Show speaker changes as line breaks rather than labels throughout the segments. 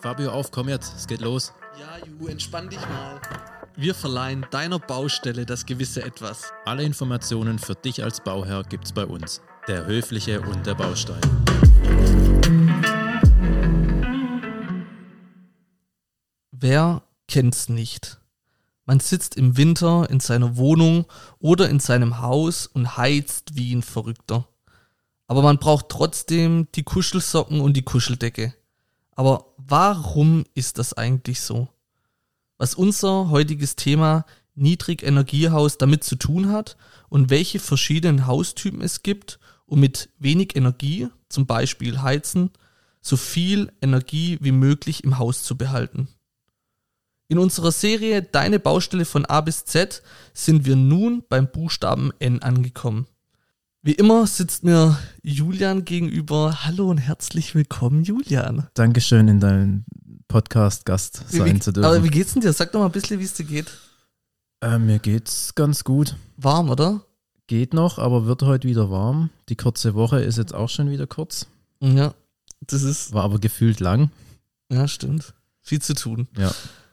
Fabio, auf, komm jetzt, es geht los.
Ja, Ju, entspann dich mal. Wir verleihen deiner Baustelle das gewisse Etwas.
Alle Informationen für dich als Bauherr gibt's bei uns. Der Höfliche und der Baustein.
Wer kennt's nicht? Man sitzt im Winter in seiner Wohnung oder in seinem Haus und heizt wie ein Verrückter. Aber man braucht trotzdem die Kuschelsocken und die Kuscheldecke. Aber warum ist das eigentlich so? Was unser heutiges Thema Niedrigenergiehaus damit zu tun hat und welche verschiedenen Haustypen es gibt, um mit wenig Energie, zum Beispiel Heizen, so viel Energie wie möglich im Haus zu behalten. In unserer Serie Deine Baustelle von A bis Z sind wir nun beim Buchstaben N angekommen. Wie immer sitzt mir Julian gegenüber. Hallo und herzlich willkommen, Julian.
Dankeschön, in deinem Podcast Gast sein zu dürfen.
Aber wie geht's denn dir? Sag doch mal ein bisschen, wie es dir geht.
Mir geht's ganz gut.
Warm, oder?
Geht noch, aber wird heute wieder warm. Die kurze Woche ist jetzt auch schon wieder kurz.
Ja, das ist...
War aber gefühlt lang.
Ja, stimmt. Viel zu tun.
Ja.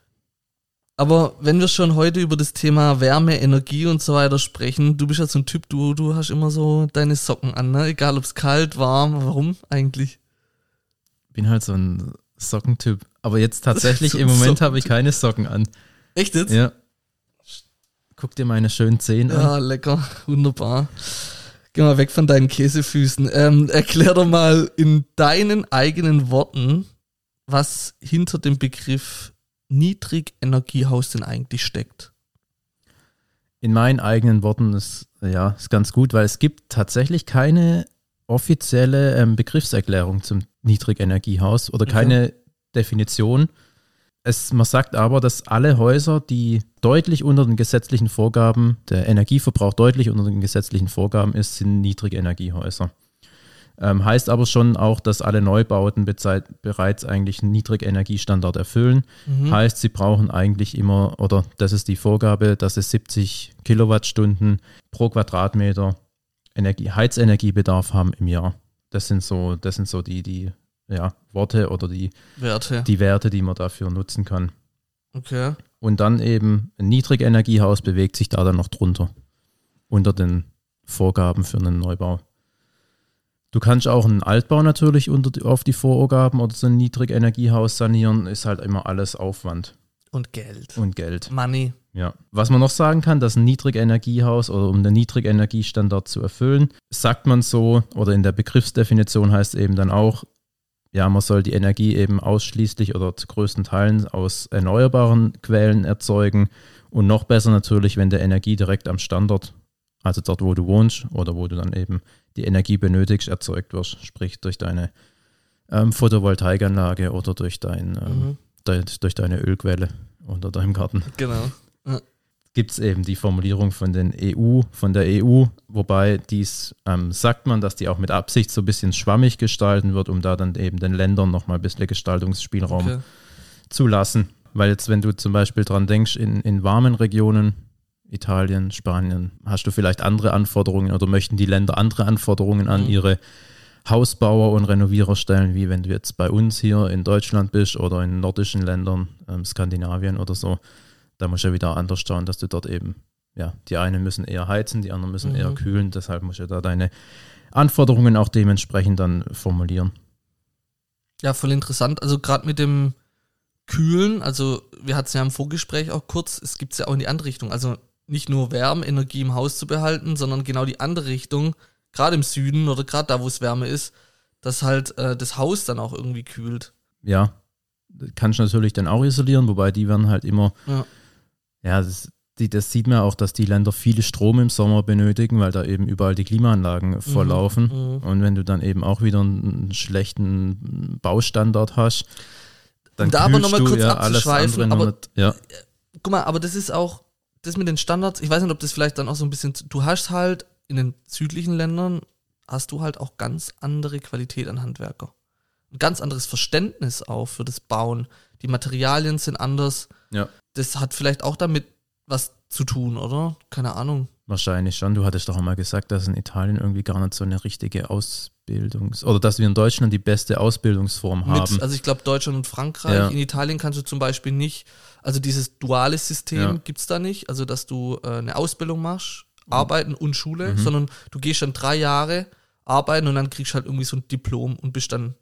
Aber wenn wir schon heute über das Thema Wärme, Energie und so weiter sprechen, du bist ja so ein Typ, du hast immer so deine Socken an, ne? Egal ob es kalt, warm, warum eigentlich?
Bin halt so ein Sockentyp. Aber jetzt tatsächlich
So
im Moment
Sockentyp.
habe ich keine Socken an.
Echt jetzt?
Ja. Guck dir meine schönen Zehen an.
Ja, lecker, wunderbar. Geh mal weg von deinen Käsefüßen. Erklär doch mal in deinen eigenen Worten, was hinter dem Begriff Niedrigenergiehaus denn eigentlich steckt.
In meinen eigenen Worten ist ganz gut, weil es gibt tatsächlich keine offizielle Begriffserklärung zum Niedrigenergiehaus oder keine Definition. Man sagt aber, dass alle Häuser, die deutlich unter den gesetzlichen Vorgaben, der Energieverbrauch deutlich unter den gesetzlichen Vorgaben ist, sind Niedrigenergiehäuser. Heißt aber schon auch, dass alle Neubauten bereits eigentlich einen Niedrigenergiestandard erfüllen. Heißt, sie brauchen eigentlich immer, oder das ist die Vorgabe, dass es 70 Kilowattstunden pro Quadratmeter Heizenergiebedarf haben im Jahr. Das sind so die Worte oder die Werte, die man dafür nutzen kann.
Okay.
Und dann eben ein Niedrigenergiehaus bewegt sich da dann noch drunter, unter den Vorgaben für einen Neubau. Du kannst auch einen Altbau natürlich auf die Vorgaben oder so ein Niedrigenergiehaus sanieren, ist halt immer alles Aufwand.
Und Geld. Money.
Ja. Was man noch sagen kann, dass ein Niedrigenergiehaus oder um den Niedrigenergiestandard zu erfüllen, sagt man so, oder in der Begriffsdefinition heißt eben dann auch, ja, man soll die Energie eben ausschließlich oder zu größten Teilen aus erneuerbaren Quellen erzeugen und noch besser natürlich, wenn der Energie direkt am Standort, also dort, wo du wohnst oder wo du dann eben die Energie benötigst, erzeugt wirst, sprich durch deine Photovoltaikanlage oder durch deine Ölquelle unter deinem Garten.
Genau. Ja.
Gibt es eben die Formulierung von der EU, wobei sagt man, dass die auch mit Absicht so ein bisschen schwammig gestalten wird, um da dann eben den Ländern nochmal ein bisschen Gestaltungsspielraum zu lassen. Weil jetzt, wenn du zum Beispiel dran denkst, in warmen Regionen, Italien, Spanien, hast du vielleicht andere Anforderungen oder möchten die Länder andere Anforderungen an ihre Hausbauer und Renovierer stellen, wie wenn du jetzt bei uns hier in Deutschland bist oder in nordischen Ländern, Skandinavien oder so. Da musst du ja wieder anders schauen, dass du dort eben, die einen müssen eher heizen, die anderen müssen eher kühlen, deshalb musst du da deine Anforderungen auch dementsprechend dann formulieren.
Ja, voll interessant. Also gerade mit dem Kühlen, also wir hatten es ja im Vorgespräch auch kurz, es gibt es ja auch in die andere Richtung, also nicht nur Wärmenergie im Haus zu behalten, sondern genau die andere Richtung, gerade im Süden oder gerade da, wo es Wärme ist, dass halt das Haus dann auch irgendwie kühlt.
Ja, kannst du natürlich dann auch isolieren, wobei die werden halt immer, das sieht man auch, dass die Länder viel Strom im Sommer benötigen, weil da eben überall die Klimaanlagen volllaufen. Und wenn du dann eben auch wieder einen schlechten Baustandard hast, dann
da aber nochmal kurz
alles
abzuschweifen,
andere
guck mal, aber das ist auch, das mit den Standards, ich weiß nicht, ob das vielleicht dann auch so ein bisschen, du hast halt in den südlichen Ländern, hast du halt auch ganz andere Qualität an Handwerker. Ein ganz anderes Verständnis auch für das Bauen. Die Materialien sind anders.
Ja.
Das hat vielleicht auch damit was zu tun, oder? Keine Ahnung.
Wahrscheinlich schon. Du hattest doch einmal gesagt, dass in Italien irgendwie gar nicht so eine richtige oder dass wir in Deutschland die beste Ausbildungsform haben.
Also ich glaube Deutschland und Frankreich.
Ja.
In Italien kannst du zum Beispiel nicht, also dieses duale System
Ja.
gibt es da nicht, also dass du eine Ausbildung machst, Arbeiten und Schule, sondern du gehst dann 3 Jahre arbeiten und dann kriegst du halt irgendwie so ein Diplom und bist dann,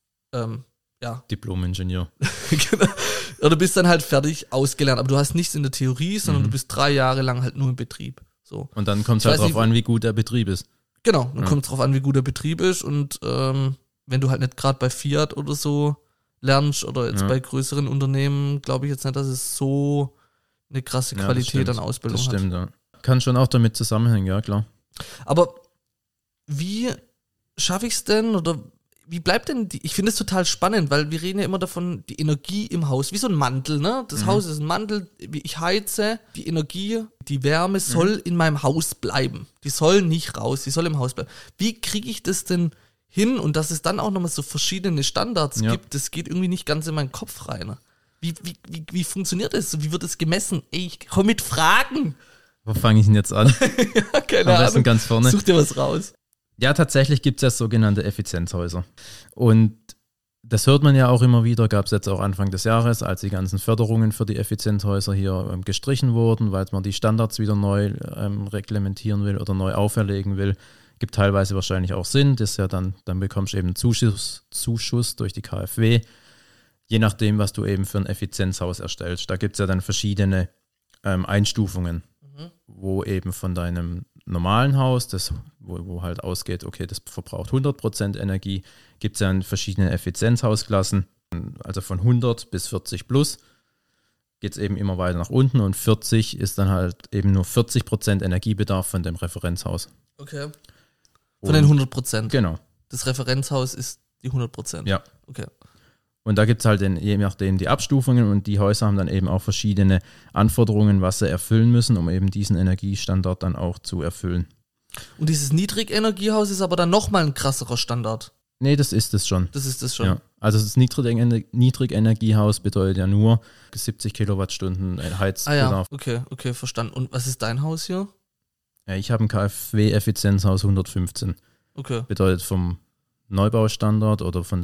Diplom-Ingenieur.
genau. Oder bist dann halt fertig ausgelernt. Aber du hast nichts in der Theorie, sondern du bist 3 Jahre lang halt nur im Betrieb. So.
Und dann kommt es
Ich
halt
weiß
drauf
nicht,
an, wie gut der Betrieb ist.
Genau, dann
Ja.
kommt es drauf an, wie gut der Betrieb ist und wenn du halt nicht gerade bei Fiat oder so lernst oder jetzt
Ja.
bei größeren Unternehmen, glaube ich jetzt nicht, dass es so eine krasse
Ja, das
Qualität
stimmt.
an Ausbildung
Das
hat.
stimmt, ja. Kann schon auch damit zusammenhängen, ja klar.
Aber wie schaffe ich es denn oder wie bleibt denn ich finde es total spannend, weil wir reden ja immer davon, die Energie im Haus, wie so ein Mantel, ne? Das Haus ist ein Mantel, wie ich heize, die Energie, die Wärme soll in meinem Haus bleiben. Die soll nicht raus, die soll im Haus bleiben. Wie kriege ich das denn hin und dass es dann auch nochmal so verschiedene Standards
Ja.
gibt, das geht irgendwie nicht ganz in meinen Kopf rein. Wie funktioniert das? Wie wird das gemessen? Ey, ich komm mit Fragen.
Wo fange ich denn jetzt an?
Keine
Am besten
Ahnung.
ganz vorne.
Such dir was raus.
Ja, tatsächlich gibt es ja sogenannte Effizienzhäuser. Und das hört man ja auch immer wieder, gab es jetzt auch Anfang des Jahres, als die ganzen Förderungen für die Effizienzhäuser hier gestrichen wurden, weil man die Standards wieder neu reglementieren will oder neu auferlegen will. Gibt teilweise wahrscheinlich auch Sinn, das ist ja dann bekommst du eben einen Zuschuss durch die KfW, je nachdem, was du eben für ein Effizienzhaus erstellst. Da gibt es ja dann verschiedene Einstufungen, wo eben von deinem normalen Haus, wo halt ausgeht, okay, das verbraucht 100% Energie, gibt es ja in verschiedene Effizienzhausklassen, also von 100 bis 40 plus, geht es eben immer weiter nach unten und 40 ist dann halt eben nur 40% Energiebedarf von dem Referenzhaus.
Okay. Von den 100%.
Genau,
Das Referenzhaus ist die 100%.
ja.
Okay.
Und da gibt es halt je nachdem die Abstufungen und die Häuser haben dann eben auch verschiedene Anforderungen, was sie erfüllen müssen, um eben diesen Energiestandard dann auch zu erfüllen.
Und dieses Niedrigenergiehaus ist aber dann nochmal ein krasserer Standard.
Nee, das ist es schon.
Das ist das schon.
Ja. Also das Niedrigenergiehaus bedeutet ja nur 70 Kilowattstunden Heizbedarf.
Okay, verstanden. Und was ist dein Haus hier?
Ja, ich habe ein KfW-Effizienzhaus 115.
Okay.
Bedeutet vom Neubaustandard oder von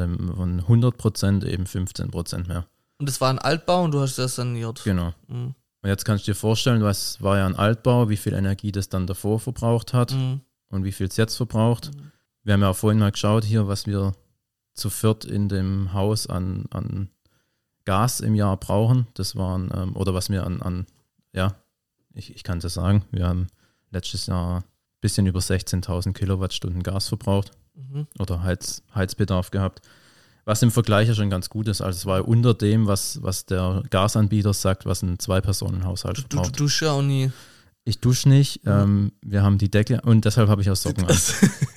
100% eben 15% mehr.
Und das war ein Altbau und du hast das saniert.
Genau.
Mhm.
Und jetzt kannst du dir vorstellen, was war ja ein Altbau, wie viel Energie das dann davor verbraucht hat
Mhm.
und wie viel es jetzt verbraucht. Wir haben ja auch vorhin mal geschaut hier, was wir zu viert in dem Haus an Gas im Jahr brauchen. Das waren, oder was wir ich kann es ja sagen, wir haben letztes Jahr ein bisschen über 16.000 Kilowattstunden Gas verbraucht oder Heizbedarf gehabt. Was im Vergleich ja schon ganz gut ist. Also es war unter dem, was der Gasanbieter sagt, was ein Zwei-Personen-Haushalt
Du
verbraucht.
duschst ja auch nie.
Ich dusche nicht. Wir haben die Decke und deshalb habe ich auch Socken an.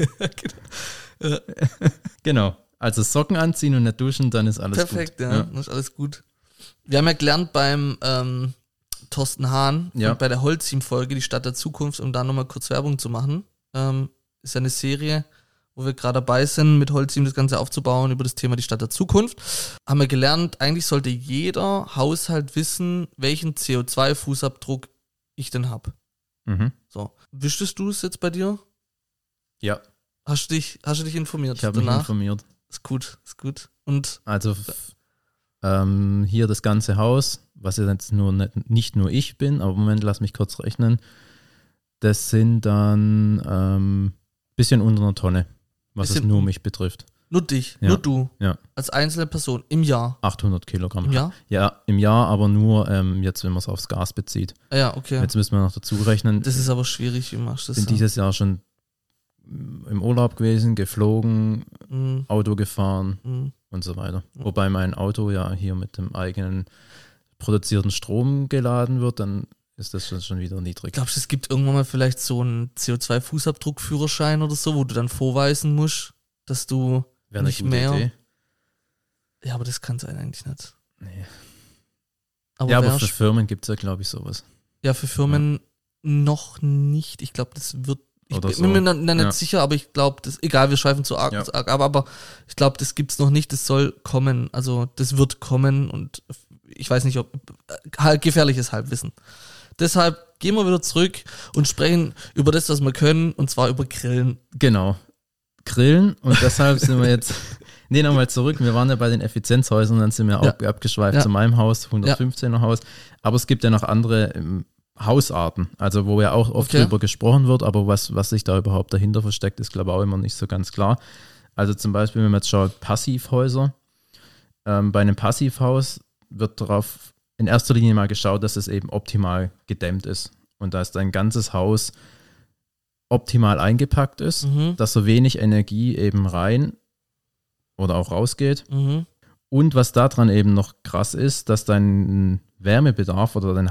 Genau. Also Socken anziehen und nicht duschen, dann ist alles
Perfekt,
gut.
ja. Dann ist alles gut. Wir haben ja gelernt beim Thorsten Hahn
Ja.
bei der Holcim-Folge, die Stadt der Zukunft, um da nochmal kurz Werbung zu machen. Ist ja eine Serie, wo wir gerade dabei sind, mit Holcim das Ganze aufzubauen über das Thema die Stadt der Zukunft. Haben wir gelernt, eigentlich sollte jeder Haushalt wissen, welchen CO2-Fußabdruck ich denn habe.
Mhm.
So. Wüsstest du es jetzt bei dir?
Ja,
Hast du dich informiert
ich habe mich
danach?
informiert.
Ist gut. Und
Also hier das ganze Haus, was jetzt nicht nur ich bin, aber Moment, lass mich kurz rechnen. Das sind dann bisschen unter einer Tonne, was es
Bisschen-
nur mich betrifft.
nur dich,
Ja.
nur du,
Ja,
als einzelne Person im Jahr.
800 Kilogramm.
Im Jahr?
Ja, im Jahr, aber nur jetzt, wenn man es aufs Gas bezieht.
Ah ja, okay.
Jetzt müssen wir noch dazu rechnen.
Das ist aber schwierig, wie machst du das?
Bin dieses Jahr schon im Urlaub gewesen, geflogen,
Mhm.
Auto gefahren
Mhm.
und so weiter. Wobei mein Auto ja hier mit dem eigenen produzierten Strom geladen wird, dann ist das schon wieder niedrig.
Glaubst du, es gibt irgendwann mal vielleicht so einen CO2-Fußabdruck-Führerschein oder so, wo du dann vorweisen musst, dass du
Wäre eine
nicht
gute
mehr.
Idee.
Ja, aber das kann sein eigentlich nicht.
Nee.
Aber,
Ja, aber
wär's-
für Firmen gibt es ja, glaube ich, sowas.
ja, für Firmen noch nicht. Ich glaube, das wird. Ich
Oder
bin
so.
mir dann nicht
Ja.
sicher, aber ich glaube, das. Egal, wir schweifen zu arg,
Ja.
zu arg ab, aber ich glaube, das gibt's noch nicht. Das soll kommen. Also, das wird kommen und ich weiß nicht, ob. Halt gefährliches Halbwissen. Deshalb gehen wir wieder zurück und sprechen über das, was wir können, und zwar über Grillen.
Genau. grillen und deshalb sind wir jetzt, nochmal zurück, wir waren ja bei den Effizienzhäusern, dann sind wir auch abgeschweift zu meinem Haus, 115er Haus, aber es gibt ja noch andere Hausarten, also wo ja auch oft drüber gesprochen wird, aber was sich da überhaupt dahinter versteckt, ist glaube ich auch immer nicht so ganz klar. Also zum Beispiel, wenn man jetzt schaut, Passivhäuser, bei einem Passivhaus wird darauf in erster Linie mal geschaut, dass es eben optimal gedämmt ist und dass dein ganzes Haus optimal eingepackt ist, dass so wenig Energie eben rein oder auch rausgeht. Und was daran eben noch krass ist, dass dein Wärmebedarf oder deine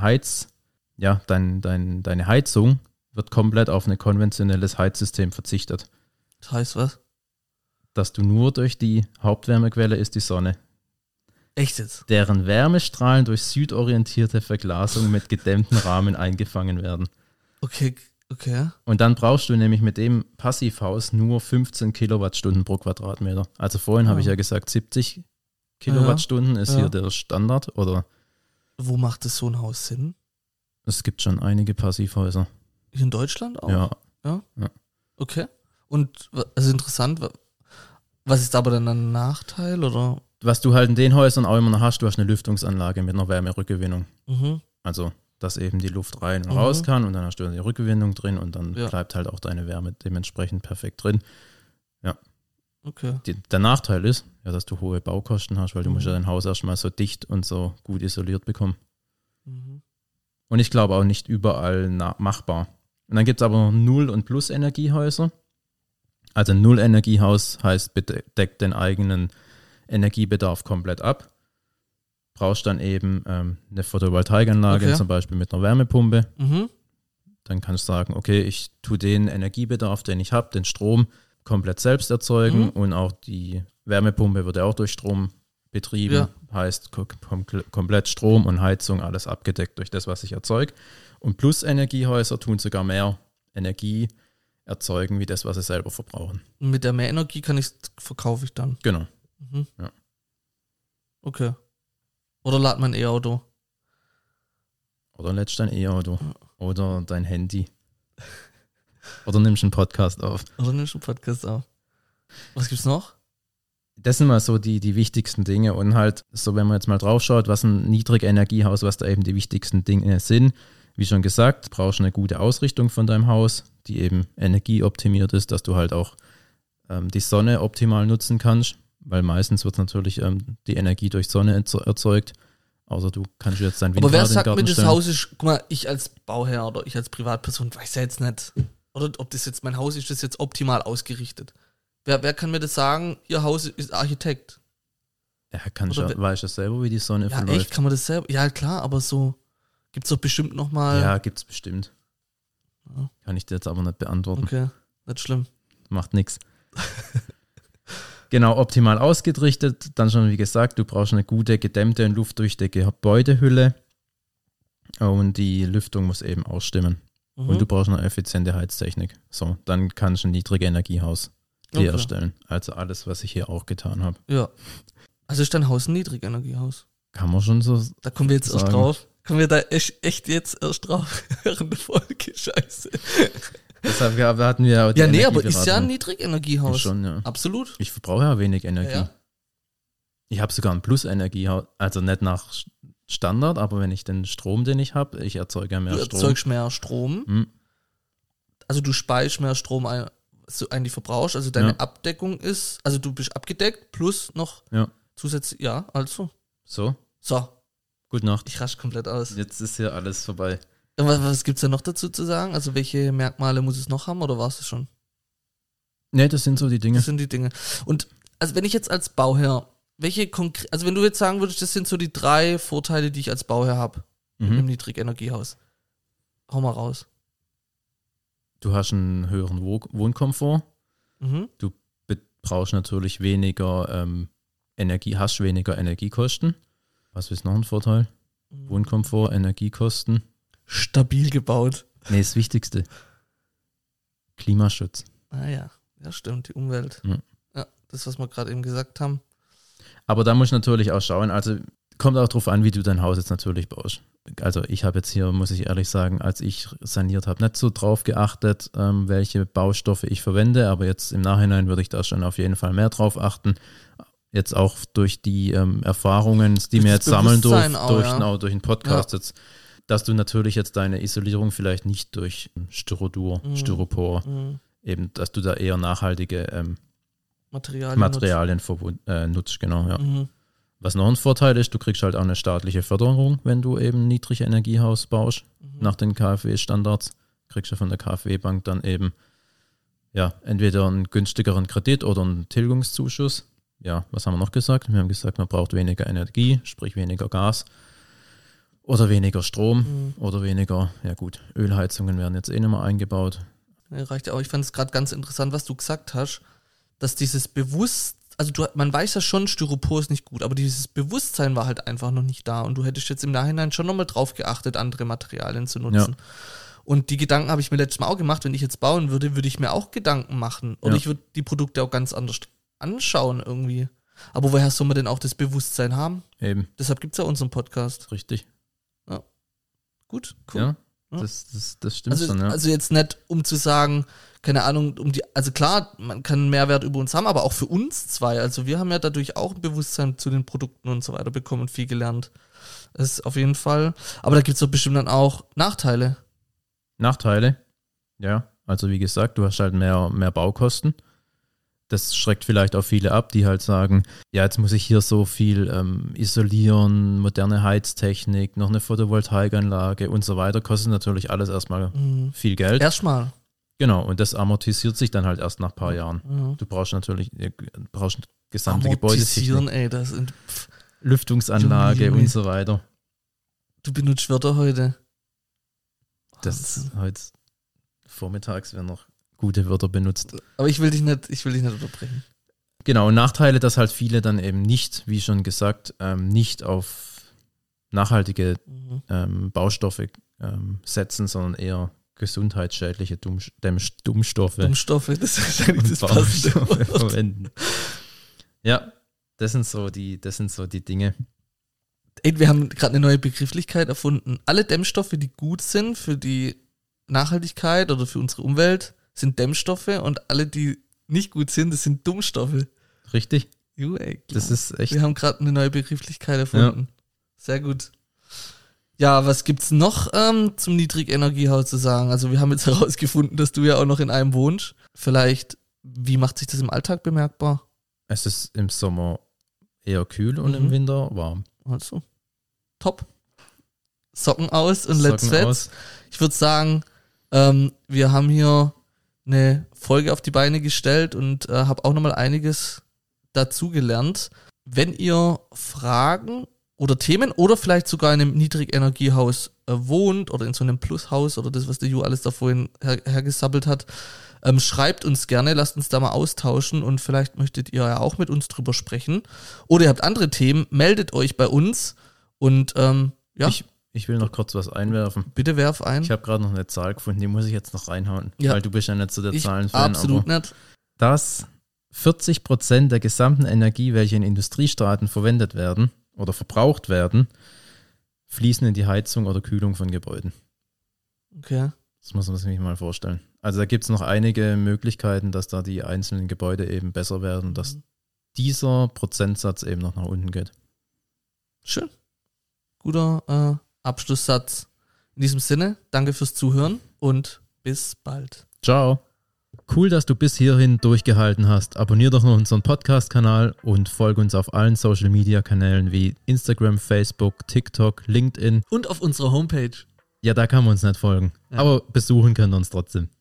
Heizung wird komplett auf ein konventionelles Heizsystem verzichtet.
Das heißt was?
Dass du nur durch die Hauptwärmequelle ist die Sonne.
Echt jetzt?
Deren Wärmestrahlen durch südorientierte Verglasung mit gedämmten Rahmen eingefangen werden.
Okay.
Und dann brauchst du nämlich mit dem Passivhaus nur 15 Kilowattstunden pro Quadratmeter. Also vorhin habe ich ja gesagt, 70 Kilowattstunden ist hier der Standard. Oder
wo macht das so ein Haus Sinn?
Es gibt schon einige Passivhäuser.
Hier in Deutschland auch?
Ja.
Okay. Und also interessant, was ist aber dann ein Nachteil? Oder?
Was du halt in den Häusern auch immer noch hast, du hast eine Lüftungsanlage mit einer Wärmerückgewinnung. Also, dass eben die Luft rein und raus kann und dann hast du die Rückgewinnung drin und dann bleibt halt auch deine Wärme dementsprechend perfekt drin. Ja.
Okay.
Der Nachteil ist, dass du hohe Baukosten hast, weil du musst ja dein Haus erstmal so dicht und so gut isoliert bekommen. Und ich glaube auch nicht überall machbar. Und dann gibt es aber Null- und Plus-Energiehäuser. Also ein Null-Energiehaus heißt, deckt den eigenen Energiebedarf komplett ab. Brauchst dann eben eine Photovoltaikanlage, zum Beispiel mit einer Wärmepumpe. Dann kannst du sagen, okay, ich tue den Energiebedarf, den ich habe, den Strom, komplett selbst erzeugen und auch die Wärmepumpe wird ja auch durch Strom betrieben. Heißt komplett Strom und Heizung, alles abgedeckt durch das, was ich erzeuge. Und Plus-Energiehäuser tun sogar mehr Energie erzeugen, wie das, was sie selber verbrauchen.
Und mit der Mehrenergie verkaufe ich dann?
Genau. Ja.
Okay. Oder lad mein E-Auto.
Oder lädst dein E-Auto. Oder dein Handy. Oder nimmst einen Podcast auf.
Was gibt's noch?
Das sind mal so die wichtigsten Dinge. Und halt, so wenn man jetzt mal drauf schaut, was ein Niedrigenergiehaus, was da eben die wichtigsten Dinge sind. Wie schon gesagt, brauchst du eine gute Ausrichtung von deinem Haus, die eben energieoptimiert ist, dass du halt auch die Sonne optimal nutzen kannst. Weil meistens wird natürlich die Energie durch Sonne erzeugt. Außer du kannst jetzt dein Windrad
in den
Garten stellen.
Aber wer sagt mir, das Haus ist, guck mal, ich als Bauherr oder ich als Privatperson weiß ja jetzt nicht, oder ob das jetzt mein Haus ist, das jetzt optimal ausgerichtet. Wer kann mir das sagen, ihr Haus ist Architekt?
Ja, weißt du selber, wie die Sonne verläuft.
Echt, kann man das selber? Ja, klar, aber so gibt es doch bestimmt nochmal.
Ja, gibt's bestimmt. Ja. Kann ich dir jetzt aber nicht beantworten.
Okay, nicht schlimm.
Macht nichts. Genau, optimal ausgerichtet. Dann schon, wie gesagt, du brauchst eine gute, gedämmte und luftdichte Gebäudehülle. Und die Lüftung muss eben auch stimmen. Und du brauchst eine effiziente Heiztechnik. So, dann kannst du ein Niedrigenergiehaus dir erstellen. Also alles, was ich hier auch getan habe.
Ja. Also ist dein Haus ein Niedrigenergiehaus?
Kann man schon so.
Da kommen wir jetzt erst drauf. Kommen wir da echt jetzt erst drauf? Während der Folge, scheiße.
Deshalb hatten wir
ja, nee, aber ist ja ein Niedrigenergiehaus.
Schon, ja.
Absolut.
Ich verbrauche ja wenig Energie. Ja. Ich habe sogar ein Plus-Energiehaus, also nicht nach Standard, aber wenn ich den Strom, den ich habe, ich erzeuge ja mehr Strom.
Du erzeugst mehr Strom. Also du speicherst mehr Strom ein, was du eigentlich verbrauchst. Also deine Abdeckung ist, also du bist abgedeckt plus noch zusätzlich, also. So. Gute Nacht. Ich rasch komplett aus.
Jetzt ist hier alles vorbei.
Was gibt es da noch dazu zu sagen? Also welche Merkmale muss es noch haben oder war es das schon?
Nee, das sind so die Dinge.
Das sind die Dinge. Und also wenn ich jetzt als Bauherr, also wenn du jetzt sagen würdest, das sind so die 3 Vorteile, die ich als Bauherr habe im Niedrigenergiehaus. Hau mal raus.
Du hast einen höheren Wohnkomfort. Du brauchst natürlich weniger hast weniger Energiekosten. Was ist noch ein Vorteil? Wohnkomfort, Energiekosten.
Stabil gebaut.
Nee, das Wichtigste. Klimaschutz.
Ah ja, stimmt, die Umwelt. Ja, das, was wir gerade eben gesagt haben.
Aber da muss ich natürlich auch schauen, also Kommt auch drauf an, wie du dein Haus jetzt natürlich baust. Also ich habe jetzt hier, muss ich ehrlich sagen, als ich saniert habe, nicht so drauf geachtet, welche Baustoffe ich verwende, aber jetzt im Nachhinein würde ich da schon auf jeden Fall mehr drauf achten. Jetzt auch durch die Erfahrungen, die wir jetzt sammeln durch den Podcast jetzt, dass du natürlich jetzt deine Isolierung vielleicht nicht durch Styropor, eben, dass du da eher nachhaltige Materialien nutzt, genau, ja. Was noch ein Vorteil ist, du kriegst halt auch eine staatliche Förderung, wenn du eben Niedrigenergiehaus baust, nach den KfW-Standards, kriegst du von der KfW-Bank dann eben, ja, entweder einen günstigeren Kredit oder einen Tilgungszuschuss. Ja, was haben wir noch gesagt? Wir haben gesagt, man braucht weniger Energie, sprich weniger Gas oder weniger Strom oder weniger, ja gut, Ölheizungen werden jetzt eh nicht mehr eingebaut.
Ja, reicht ja auch. Ich fand es gerade ganz interessant, was du gesagt hast, dass dieses man weiß ja schon, Styropor ist nicht gut, aber dieses Bewusstsein war halt einfach noch nicht da und du hättest jetzt im Nachhinein schon nochmal drauf geachtet, andere Materialien zu nutzen. Ja. Und die Gedanken habe ich mir letztes Mal auch gemacht, wenn ich jetzt bauen würde, würde ich mir auch Gedanken machen oder ich würde die Produkte auch ganz anders anschauen irgendwie. Aber woher soll man denn auch das Bewusstsein haben? Eben. Deshalb gibt es ja unseren Podcast.
Richtig.
Ja. Gut, cool.
Ja. Das stimmt schon, ja.
Also jetzt nicht, um zu sagen, keine Ahnung, also klar, man kann einen Mehrwert über uns haben, aber auch für uns zwei. Also wir haben ja dadurch auch ein Bewusstsein zu den Produkten und so weiter bekommen und viel gelernt. Das ist auf jeden Fall. Aber da gibt es doch bestimmt dann auch Nachteile.
Nachteile? Ja, also wie gesagt, du hast halt mehr Baukosten. Das schreckt vielleicht auch viele ab, die halt sagen, ja, jetzt muss ich hier so viel isolieren, moderne Heiztechnik, noch eine Photovoltaikanlage und so weiter. Kostet natürlich alles erstmal viel Geld.
Erstmal.
Genau, und das amortisiert sich dann halt erst nach ein paar Jahren. Ja. Du brauchst natürlich gesamte Gebäudetechnik.
Das sind
Lüftungsanlage und so weiter.
Du benutzt Wörter heute.
Das heute vormittags werden noch gute Wörter benutzt.
Aber ich will dich nicht unterbrechen.
Genau, Nachteile, dass halt viele dann eben nicht, wie schon gesagt, nicht auf nachhaltige Baustoffe setzen, sondern eher gesundheitsschädliche Dummstoffe.
Dummstoffe, das ist wahrscheinlich das passende Wort.
Verwenden. Ja, das sind so die Dinge.
Ey, wir haben gerade eine neue Begrifflichkeit erfunden. Alle Dämmstoffe, die gut sind für die Nachhaltigkeit oder für unsere Umwelt, sind Dämmstoffe und alle, die nicht gut sind, das sind Dummstoffe.
Richtig.
Ey,
das ist echt.
Wir haben gerade eine neue Begrifflichkeit erfunden. Ja. Sehr gut. Ja, was gibt's noch zum Niedrigenergiehaus zu sagen? Also wir haben jetzt herausgefunden, dass du ja auch noch in einem wohnst. Vielleicht, wie macht sich das im Alltag bemerkbar?
Es ist im Sommer eher kühl und im Winter warm.
Also, top. Socken aus und let's set. Ich würde sagen, wir haben hier eine Folge auf die Beine gestellt und habe auch nochmal einiges dazu gelernt. Wenn ihr Fragen oder Themen oder vielleicht sogar in einem Niedrigenergiehaus wohnt oder in so einem Plushaus oder das, was der Ju alles da vorhin hergesabbelt hat, schreibt uns gerne, lasst uns da mal austauschen und vielleicht möchtet ihr ja auch mit uns drüber sprechen. Oder ihr habt andere Themen, meldet euch bei uns und ja.
Ich will noch kurz was einwerfen.
Bitte werf ein.
Ich habe gerade noch eine Zahl gefunden, die muss ich jetzt noch reinhauen, weil du bist ja nicht so der Zahlenfan.
Absolut nicht.
Dass 40% der gesamten Energie, welche in Industriestaaten verwendet werden oder verbraucht werden, fließen in die Heizung oder Kühlung von Gebäuden.
Okay.
Das muss man sich mal vorstellen. Also da gibt es noch einige Möglichkeiten, dass da die einzelnen Gebäude eben besser werden, dass dieser Prozentsatz eben noch nach unten geht.
Schön. Guter Abschlusssatz. In diesem Sinne, danke fürs Zuhören und bis bald.
Ciao. Cool, dass du bis hierhin durchgehalten hast. Abonnier doch noch unseren Podcast-Kanal und folge uns auf allen Social-Media-Kanälen wie Instagram, Facebook, TikTok, LinkedIn.
Und auf unserer Homepage.
Ja, da kann man uns nicht folgen. Ja. Aber besuchen können wir uns trotzdem.